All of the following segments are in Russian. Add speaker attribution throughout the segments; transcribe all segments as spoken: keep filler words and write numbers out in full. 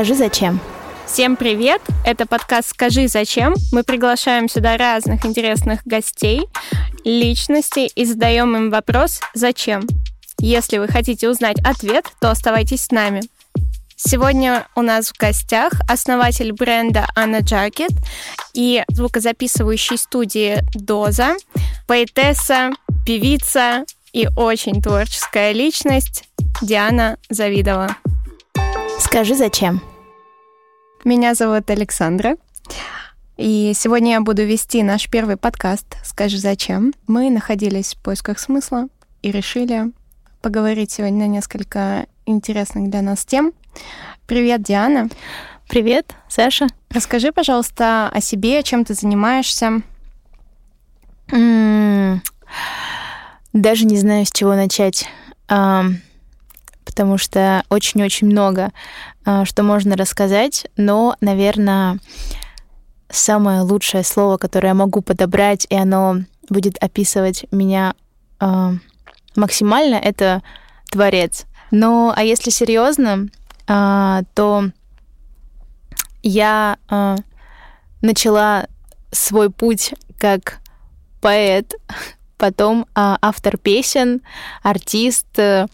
Speaker 1: «Скажи, зачем?».
Speaker 2: Всем привет! Это подкаст «Скажи, зачем?». Мы приглашаем сюда разных интересных гостей, личностей и задаем им вопрос «Зачем?». Если вы хотите узнать ответ, то оставайтесь с нами. Сегодня у нас в гостях основатель бренда Anna Jacket и звукозаписывающей студии Доза, поэтесса, певица и очень творческая личность Диана Завидова.
Speaker 1: «Скажи, зачем?».
Speaker 2: Меня зовут Александра, и сегодня я буду вести наш первый подкаст «Скажи, зачем?». Мы находились в поисках смысла и решили поговорить сегодня на несколько интересных для нас тем. Привет, Диана.
Speaker 1: Привет, Саша.
Speaker 2: Расскажи, пожалуйста, о себе, чем ты занимаешься.
Speaker 1: М-м- даже не знаю, с чего начать, а- потому что очень-очень много, а- что можно рассказать, но, наверное, самое лучшее слово, которое я могу подобрать, и оно будет описывать меня а- максимально, это творец. Но, а если серьезно, а, то я а, начала свой путь как поэт, потом а, автор песен, артист,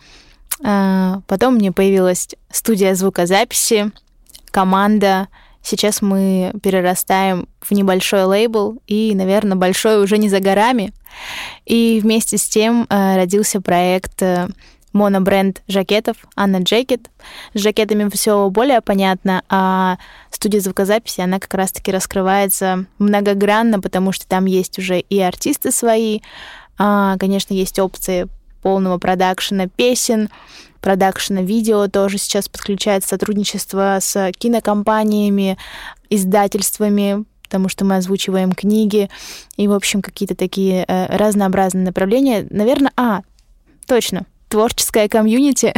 Speaker 1: а, потом мне появилась студия звукозаписи, команда. Сейчас мы перерастаем в небольшой лейбл, и, наверное, большой уже не за горами. И вместе с тем а, родился проект монобренд жакетов Anna Jacket. С жакетами все более понятно, а студия звукозаписи, она как раз-таки раскрывается многогранно, потому что там есть уже и артисты свои, а, конечно, есть опции полного продакшена песен, продакшена видео, тоже сейчас подключается сотрудничество с кинокомпаниями, издательствами, потому что мы озвучиваем книги и, в общем, какие-то такие э, разнообразные направления. Наверное, а, точно, творческое комьюнити.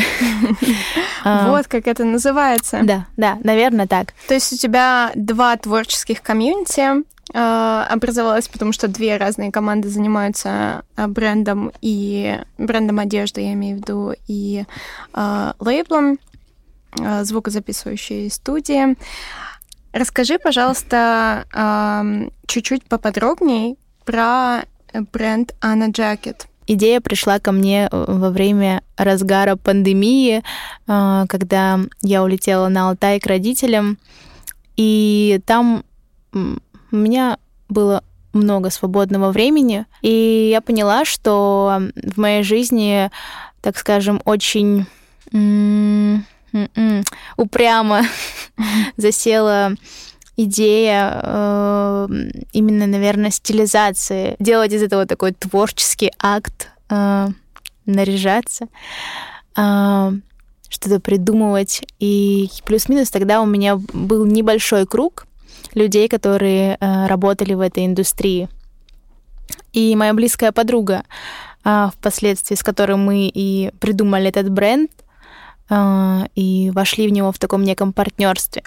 Speaker 2: Вот как это называется.
Speaker 1: Да, да, наверное, так.
Speaker 2: То есть у тебя два творческих комьюнити образовалось, потому что две разные команды занимаются брендом и брендом одежды, я имею в виду, и лейблом, звукозаписывающей студии. Расскажи, пожалуйста, чуть-чуть поподробнее про бренд Anna Jacket.
Speaker 1: Идея пришла ко мне во время разгара пандемии, когда я улетела на Алтай к родителям, и там у меня было много свободного времени, и я поняла, что в моей жизни, так скажем, очень м- м- упрямо засела идея э, именно, наверное, стилизации, делать из этого такой творческий акт, э, наряжаться, э, что-то придумывать. И плюс-минус тогда у меня был небольшой круг людей, которые э, работали в этой индустрии. И моя близкая подруга, э, впоследствии, с которой мы и придумали этот бренд, э, и вошли в него в таком неком партнерстве.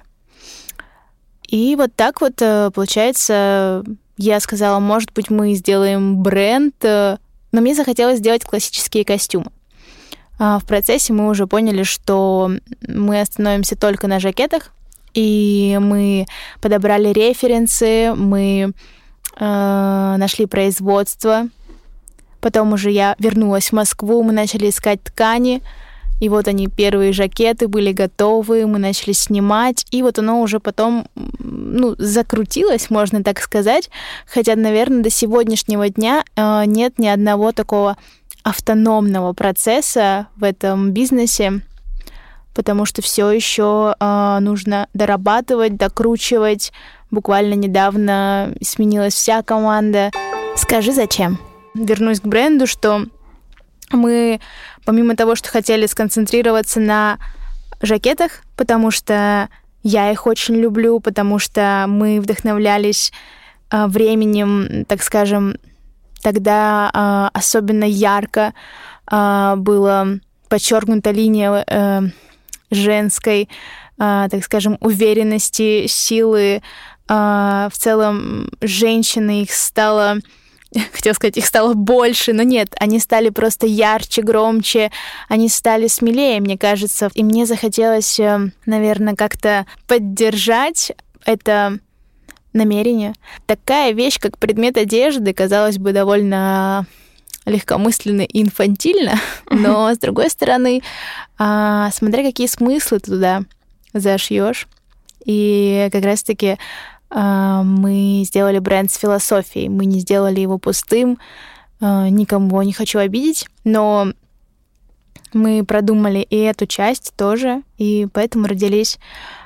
Speaker 1: И вот так вот, получается, я сказала, может быть, мы сделаем бренд, но мне захотелось сделать классические костюмы. В процессе мы уже поняли, что мы остановимся только на жакетах, и мы подобрали референсы, мы э, нашли производство. Потом уже я вернулась в Москву, мы начали искать ткани, и вот они, первые жакеты были готовы, мы начали снимать, и вот оно уже потом, ну, закрутилось, можно так сказать, хотя, наверное, до сегодняшнего дня э, нет ни одного такого автономного процесса в этом бизнесе, потому что все еще э, нужно дорабатывать, докручивать. Буквально недавно сменилась вся команда. «Скажи, зачем?».
Speaker 2: Вернусь к бренду, что мы, помимо того, что хотели сконцентрироваться на жакетах, потому что я их очень люблю, потому что мы вдохновлялись э, временем, так скажем, тогда э, особенно ярко э, было подчеркнута линия э, женской, э, так скажем, уверенности, силы. Э, в целом женщины, их стало
Speaker 1: хотела сказать, их стало больше, но нет, они стали просто ярче, громче, они стали смелее, мне кажется. И мне захотелось, наверное, как-то поддержать это намерение. Такая вещь, как предмет одежды, казалось бы, довольно легкомысленно и инфантильно, но, с другой стороны, смотря какие смыслы ты туда зашьешь. И как раз-таки мы сделали бренд с философией, мы не сделали его пустым, никого не хочу обидеть, но мы продумали и эту часть тоже, и поэтому родились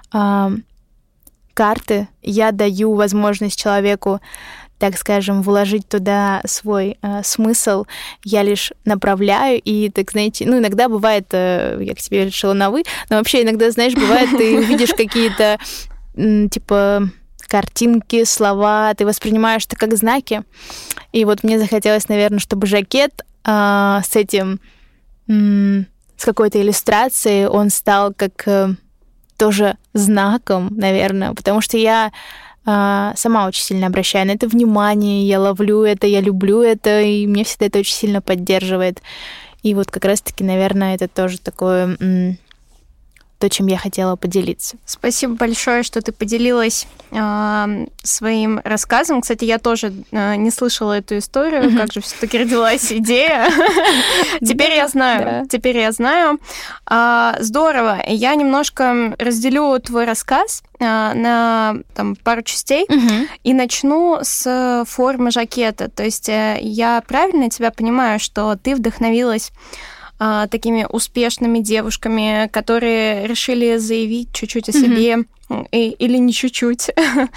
Speaker 1: карты. Я даю возможность человеку, так скажем, вложить туда свой э, смысл, я лишь направляю, и, так знаете, ну, иногда бывает, э, я к тебе решила на «вы», но вообще иногда, знаешь, бывает, ты увидишь какие-то, м, типа, картинки, слова, ты воспринимаешь это как знаки, и вот мне захотелось, наверное, чтобы жакет э, с этим, м, с какой-то иллюстрацией, он стал как э, тоже знаком, наверное, потому что я сама очень сильно обращаю на это внимание, я ловлю это, я люблю это, и мне всегда это очень сильно поддерживает. И вот как раз-таки, наверное, это тоже такое м- то, чем я хотела поделиться.
Speaker 2: Спасибо большое, что ты поделилась э, своим рассказом. Кстати, я тоже э, не слышала эту историю, mm-hmm. как же все-таки родилась идея. Теперь я знаю. Теперь я знаю. Здорово. Я немножко разделю твой рассказ на там, пару частей uh-huh. и начну с формы жакета. То есть я правильно тебя понимаю, что ты вдохновилась а, такими успешными девушками, которые решили заявить чуть-чуть о себе, mm-hmm. и, или не чуть-чуть,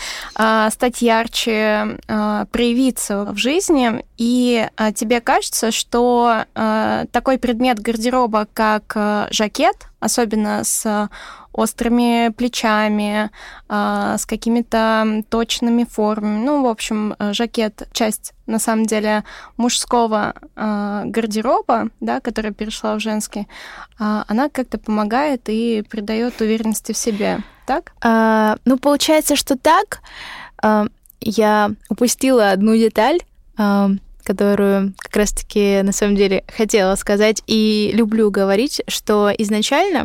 Speaker 2: а, стать ярче, а, проявиться в жизни. И а, тебе кажется, что а, такой предмет гардероба, как а, жакет, особенно с острыми плечами, а, с какими-то точными формами. Ну, в общем, жакет — часть, на самом деле, мужского а, гардероба, да, которая перешла в женский, а, она как-то помогает и придает уверенности в себе. Так?
Speaker 1: А, ну, получается, что так. А, я упустила одну деталь, а, которую как раз-таки на самом деле хотела сказать и люблю говорить, что изначально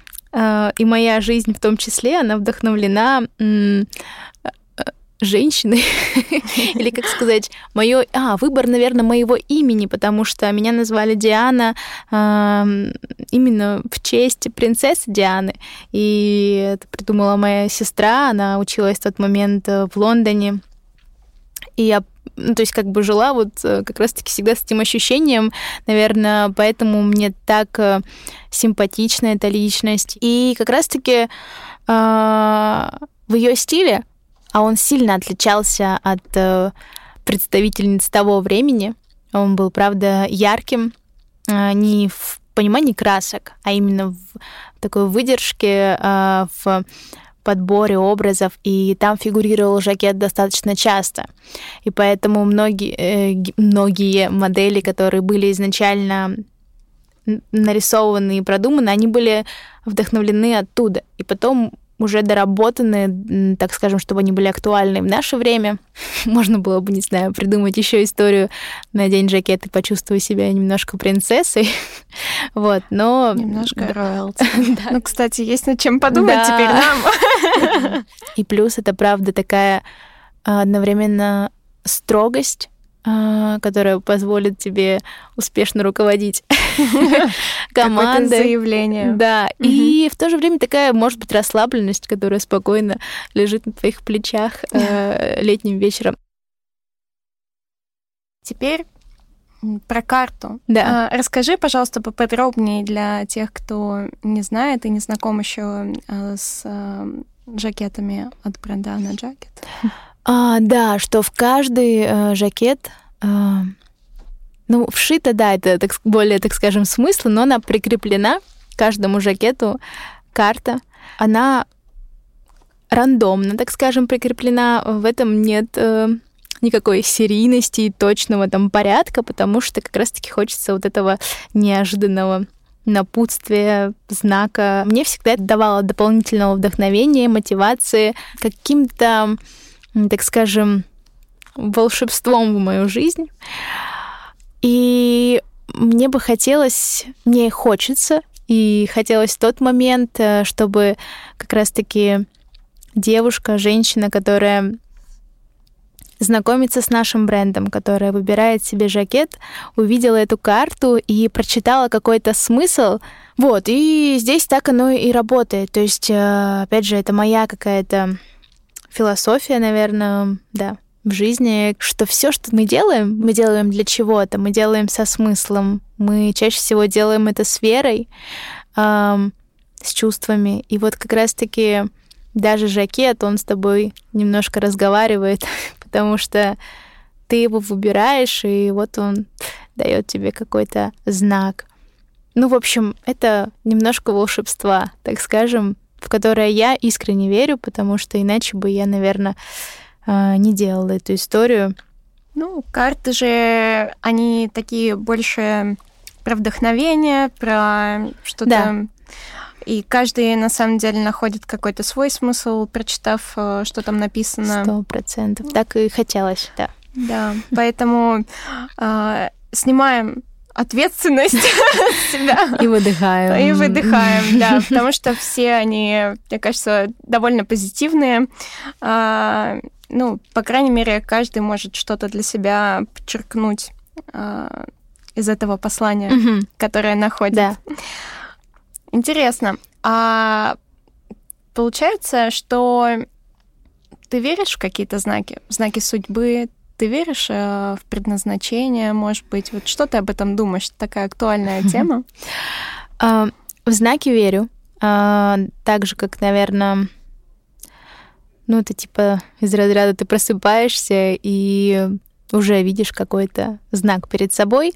Speaker 1: и моя жизнь в том числе, она вдохновлена м- женщиной, или, как сказать, моё, а, выбор, наверное, моего имени, потому что меня назвали Диана э, именно в честь принцессы Дианы, и это придумала моя сестра, она училась в тот момент в Лондоне, и я ну, то есть как бы жила вот как раз-таки всегда с этим ощущением, наверное, поэтому мне так симпатична эта личность. И как раз-таки э, в ее стиле, а он сильно отличался от э, представительниц того времени, он был, правда, ярким, э, не в понимании красок, а именно в такой выдержке, э, в подборе образов, и там фигурировал жакет достаточно часто. И поэтому многие, э, многие модели, которые были изначально нарисованы и продуманы, они были вдохновлены оттуда. И потом уже доработаны, так скажем, чтобы они были актуальны в наше время. Можно было бы, не знаю, придумать еще историю на день жакета и почувствовать себя немножко принцессой. Вот, но...
Speaker 2: Немножко роялти. Ну, кстати, есть над чем подумать теперь нам.
Speaker 1: И плюс это, правда, такая одновременно строгость, которая позволит тебе успешно руководить командой.
Speaker 2: Какое-то заявление.
Speaker 1: Да, угу. И в то же время такая, может быть, расслабленность, которая спокойно лежит на твоих плечах э, летним вечером.
Speaker 2: Теперь про карту.
Speaker 1: Да.
Speaker 2: А, расскажи, пожалуйста, поподробнее для тех, кто не знает и не знаком еще с жакетами от бренда Anna Jacket.
Speaker 1: А, да, что в каждый э, жакет, э, ну, вшито, да, это так, более, так скажем, смысл, но она прикреплена к каждому жакету карта. Она рандомно, так скажем, прикреплена. В этом нет э, никакой серийности и точного там порядка, потому что как раз-таки хочется вот этого неожиданного напутствия, знака. Мне всегда это давало дополнительного вдохновения, мотивации, каким-то, так скажем, волшебством в мою жизнь. И мне бы хотелось, мне и хочется, и хотелось в тот момент, чтобы как раз-таки девушка, женщина, которая знакомится с нашим брендом, которая выбирает себе жакет, увидела эту карту и прочитала какой-то смысл. Вот, и здесь так оно и работает. То есть, опять же, это моя какая-то философия, наверное, да, в жизни, что все, что мы делаем, мы делаем для чего-то, мы делаем со смыслом. Мы чаще всего делаем это с верой, эм, с чувствами. И вот как раз-таки даже жакет, он с тобой немножко разговаривает, потому что ты его выбираешь, и вот он дает тебе какой-то знак. Ну, в общем, это немножко волшебства, так скажем, в которое я искренне верю, потому что иначе бы я, наверное, не делала эту историю.
Speaker 2: Ну, карты же, они такие больше про вдохновение, про что-то...
Speaker 1: Да.
Speaker 2: И каждый, на самом деле, находит какой-то свой смысл, прочитав, что там написано.
Speaker 1: Сто процентов. Так и хотелось, да.
Speaker 2: Да, поэтому э, снимаем ответственность с себя.
Speaker 1: И выдыхаем.
Speaker 2: И выдыхаем, да, потому что все они, мне кажется, довольно позитивные. Э, ну, по крайней мере, каждый может что-то для себя подчеркнуть э, из этого послания, mm-hmm. которое находит.
Speaker 1: Да.
Speaker 2: Интересно. А получается, что ты веришь в какие-то знаки, в знаки судьбы? Ты веришь э, в предназначение, может быть? Вот что ты об этом думаешь? Такая актуальная тема.
Speaker 1: В знаки верю. Так же, как, наверное, ну, это типа из разряда ты просыпаешься и уже видишь какой-то знак перед собой.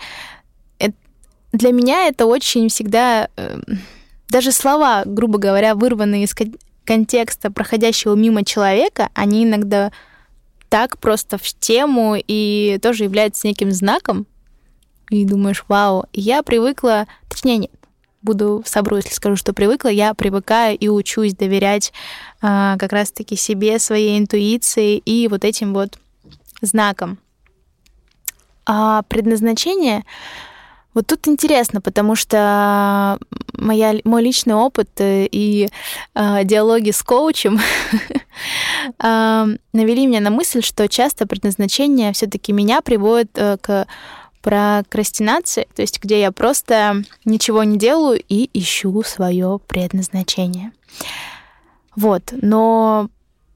Speaker 1: Для меня это очень всегда... Даже слова, грубо говоря, вырванные из контекста проходящего мимо человека, они иногда так просто в тему и тоже являются неким знаком. И думаешь, вау, я привыкла... Точнее, нет, буду совру, если скажу, что привыкла. Я привыкаю и учусь доверять а, как раз-таки себе, своей интуиции и вот этим вот знакам. А предназначение... Вот тут интересно, потому что моя, мой личный опыт и э, диалоги с коучем э, навели меня на мысль, что часто предназначение все-таки меня приводит э, к прокрастинации, то есть где я просто ничего не делаю и ищу свое предназначение. Вот, но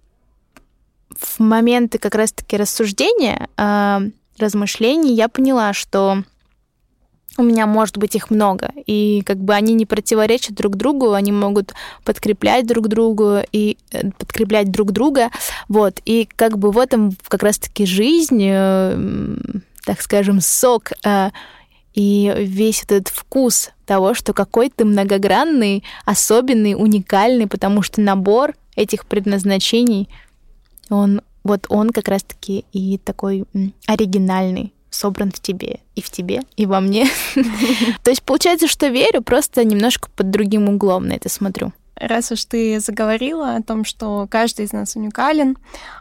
Speaker 1: в моменты как раз-таки рассуждения, э, размышлений я поняла, что у меня, может быть, их много, и как бы они не противоречат друг другу, они могут подкреплять друг другу и подкреплять друг друга, вот, и как бы в этом как раз-таки жизнь, так скажем, сок и весь этот вкус того, что какой ты многогранный, особенный, уникальный, потому что набор этих предназначений, он, вот он как раз-таки и такой оригинальный, собран в тебе, и в тебе, и во мне. То есть получается, что верю, просто немножко под другим углом на это смотрю.
Speaker 2: Раз уж ты заговорила о том, что каждый из нас уникален,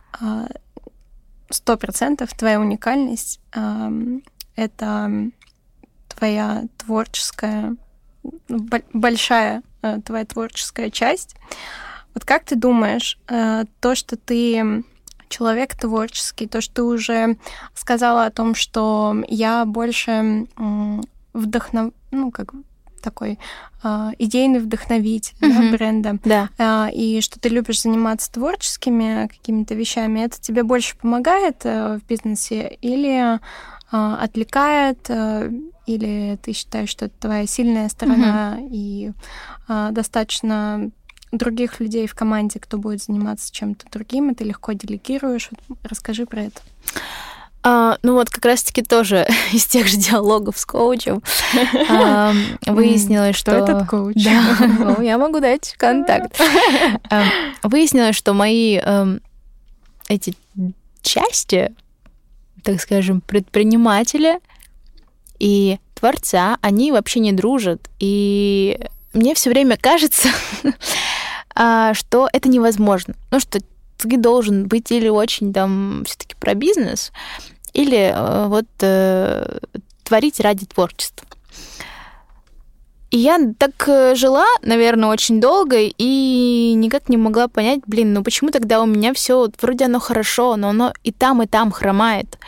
Speaker 2: сто процентов твоя уникальность — это твоя творческая, большая твоя творческая часть. Вот как ты думаешь, то, что ты человек творческий, то, что ты уже сказала о том, что я больше вдохнов... ну, как такой э, идейный вдохновитель mm-hmm. да, бренда,
Speaker 1: да.
Speaker 2: э, и что ты любишь заниматься творческими какими-то вещами, это тебе больше помогает э, в бизнесе или э, отвлекает, э, или ты считаешь, что это твоя сильная сторона mm-hmm. и э, достаточно других людей в команде, кто будет заниматься чем-то другим, и ты легко делегируешь. Вот расскажи про это.
Speaker 1: А, ну вот как раз-таки тоже из тех же диалогов с коучем а, выяснилось, что...
Speaker 2: Кто этот коуч?
Speaker 1: Да, ну, я могу дать контакт. А, выяснилось, что мои а, эти части, так скажем, предпринимателя и творца, они вообще не дружат. И мне все время кажется, что это невозможно. Ну, что ты должен быть или очень там все-таки про бизнес, или вот э, творить ради творчества. И я так жила, наверное, очень долго и никак не могла понять, блин, ну почему тогда у меня все вот, вроде оно хорошо, но оно и там, и там хромает.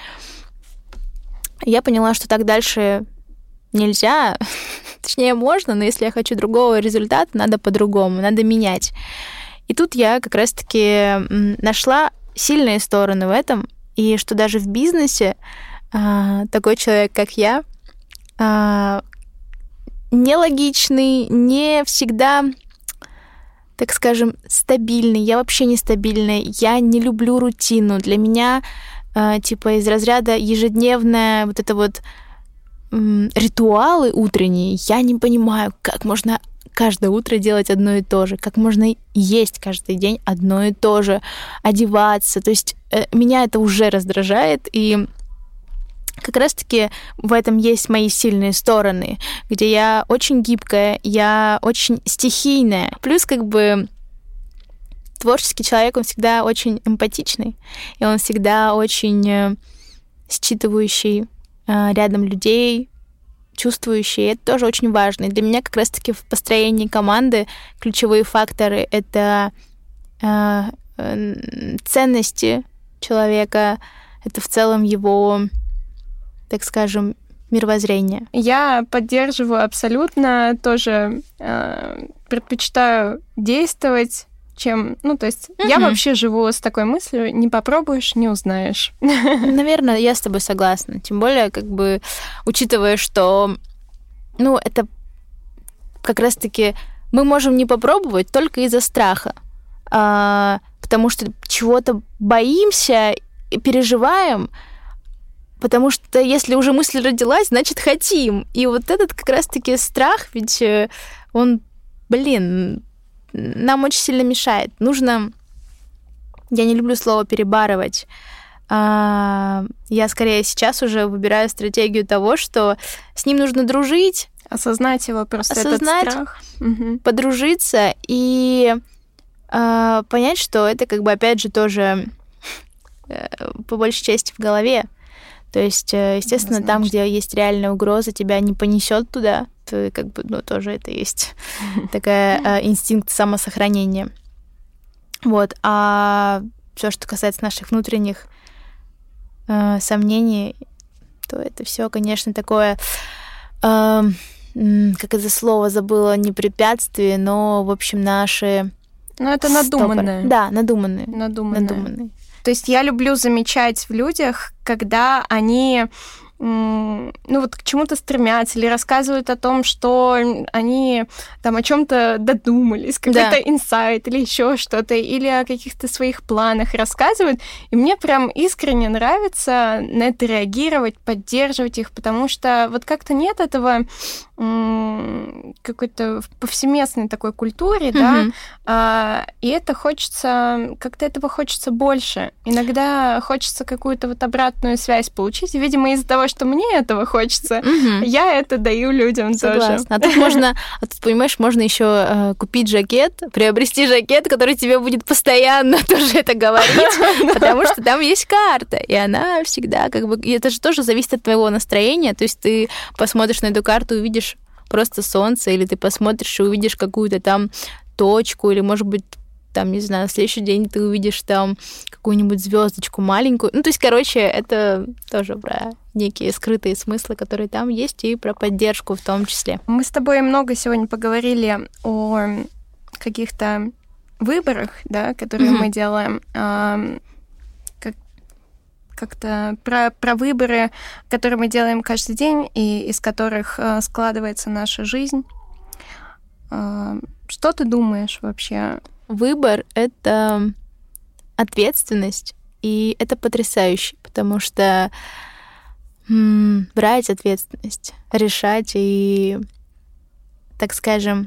Speaker 1: Я поняла, что так дальше нельзя, точнее, можно, но если я хочу другого результата, надо по-другому, надо менять. И тут я как раз-таки нашла сильные стороны в этом, и что даже в бизнесе а, такой человек, как я, а, нелогичный, не всегда, так скажем, стабильный. Я вообще не стабильная. Я не люблю рутину. Для меня э, типа из разряда ежедневная вот это вот э, ритуалы утренние. Я не понимаю, как можно каждое утро делать одно и то же, как можно есть каждый день одно и то же, одеваться. То есть э, меня это уже раздражает, и как раз-таки в этом есть мои сильные стороны, где я очень гибкая, я очень стихийная. Плюс как бы творческий человек, он всегда очень эмпатичный, и он всегда очень считывающий рядом людей, чувствующий. И это тоже очень важно. И для меня как раз-таки в построении команды ключевые факторы — это ценности человека, это в целом его, так скажем, мировоззрение.
Speaker 2: Я поддерживаю абсолютно, тоже э, предпочитаю действовать, чем... Ну, то есть uh-huh. я вообще живу с такой мыслью: не попробуешь, не узнаешь.
Speaker 1: Наверное, я с тобой согласна. Тем более, как бы, учитывая, что, ну, это как раз-таки мы можем не попробовать только из-за страха, а, потому что чего-то боимся и переживаем, потому что если уже мысль родилась, значит, хотим. И вот этот как раз-таки страх, ведь он, блин, нам очень сильно мешает. Нужно... Я не люблю слово «перебарывать». Я скорее сейчас уже выбираю стратегию того, что с ним нужно дружить.
Speaker 2: Осознать его просто,
Speaker 1: осознать,
Speaker 2: этот страх.
Speaker 1: Подружиться и понять, что это как бы, опять же, тоже по большей части в голове. То есть, естественно, Однозначно. Там, где есть реальная угроза, тебя не понесет туда, то как бы, ну, тоже это есть такая инстинкт самосохранения. Вот. А все, что касается наших внутренних э, сомнений, то это все, конечно, такое, э, как это слово забыла, не препятствие, но, в общем, наши...
Speaker 2: Ну, это надуманное.
Speaker 1: Да, надуманные.
Speaker 2: Надуманное.
Speaker 1: надуманные.
Speaker 2: То есть я люблю замечать в людях, когда они, ну вот к чему-то стремятся или рассказывают о том, что они там о чем-то додумались, какой-то да. инсайт или еще что-то, или о каких-то своих планах рассказывают. И мне прям искренне нравится на это реагировать, поддерживать их, потому что вот как-то нет этого какой-то в повсеместной такой культуре, mm-hmm. да, и это хочется, как-то этого хочется больше. Иногда хочется какую-то вот обратную связь получить, и, видимо, из-за того, что мне этого хочется, mm-hmm. я это даю людям.
Speaker 1: Согласна.
Speaker 2: Тоже.
Speaker 1: А тут можно, а тут, понимаешь, можно еще э, купить жакет, приобрести жакет, который тебе будет постоянно тоже это говорить, потому что там есть карта, и она всегда как бы... И это же тоже зависит от твоего настроения, то есть ты посмотришь на эту карту и увидишь просто солнце, или ты посмотришь и увидишь какую-то там точку, или, может быть, там, не знаю, на следующий день ты увидишь там какую-нибудь звездочку маленькую. Ну, то есть, короче, это тоже про некие скрытые смыслы, которые там есть, и про поддержку в том числе.
Speaker 2: Мы с тобой много сегодня поговорили о каких-то выборах, да, которые mm-hmm. мы делаем, как, как-то про, про выборы, которые мы делаем каждый день, и из которых складывается наша жизнь. Что ты думаешь вообще?
Speaker 1: Выбор — это ответственность, и это потрясающе, потому что м- брать ответственность, решать и, так скажем,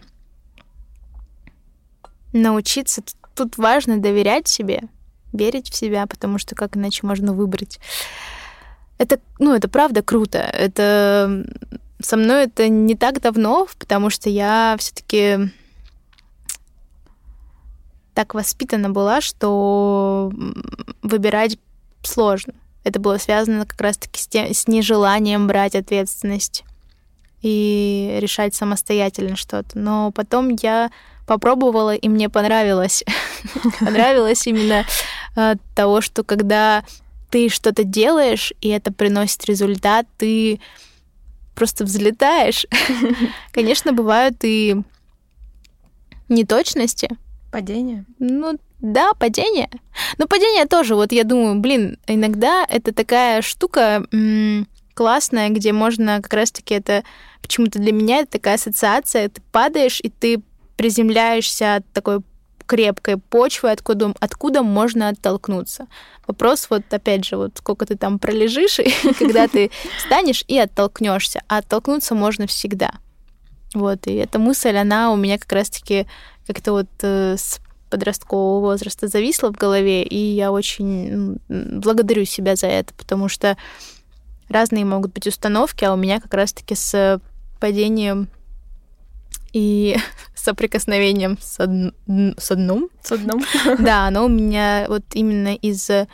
Speaker 1: научиться. Тут важно доверять себе, верить в себя, потому что как иначе можно выбрать? Это, ну, это правда круто. Это со мной это не так давно, потому что я все-таки так воспитана была, что выбирать сложно. Это было связано как раз-таки с, тем, с нежеланием брать ответственность и решать самостоятельно что-то. Но потом я попробовала, и мне понравилось. Понравилось именно того, что когда ты что-то делаешь, и это приносит результат, ты просто взлетаешь. Конечно, бывают и неточности.
Speaker 2: Падение?
Speaker 1: Ну, да, падение. Но падение тоже, вот я думаю, блин, иногда это такая штука м- классная, где можно как раз-таки это... Почему-то для меня это такая ассоциация. Ты падаешь, и ты приземляешься от такой крепкой почвы, откуда, откуда можно оттолкнуться. Вопрос вот, опять же, вот сколько ты там пролежишь, и когда ты встанешь и оттолкнешься. А оттолкнуться можно всегда. Вот, и эта мысль, она у меня как раз-таки как-то вот э, с подросткового возраста зависла в голове, и я очень благодарю себя за это, потому что разные могут быть установки, а у меня как раз-таки с падением и соприкосновением с, од... с дном.
Speaker 2: С дном.
Speaker 1: Да, оно у меня вот именно из э,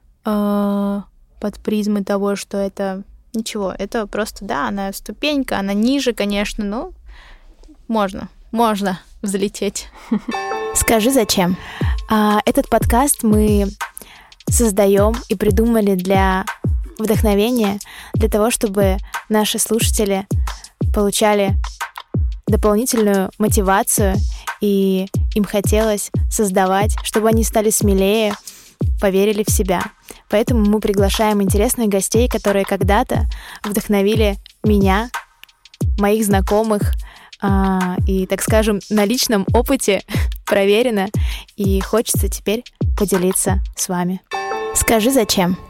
Speaker 1: под призмой того, что это ничего, это просто, да, она ступенька, она ниже, конечно, но можно, можно взлететь.
Speaker 3: Скажи, зачем? А, этот подкаст мы создаем и придумали для вдохновения, для того, чтобы наши слушатели получали дополнительную мотивацию, и им хотелось создавать, чтобы они стали смелее, поверили в себя. Поэтому мы приглашаем интересных гостей, которые когда-то вдохновили меня, моих знакомых, и, так скажем, на личном опыте проверено, и хочется теперь поделиться с вами. Скажи, зачем?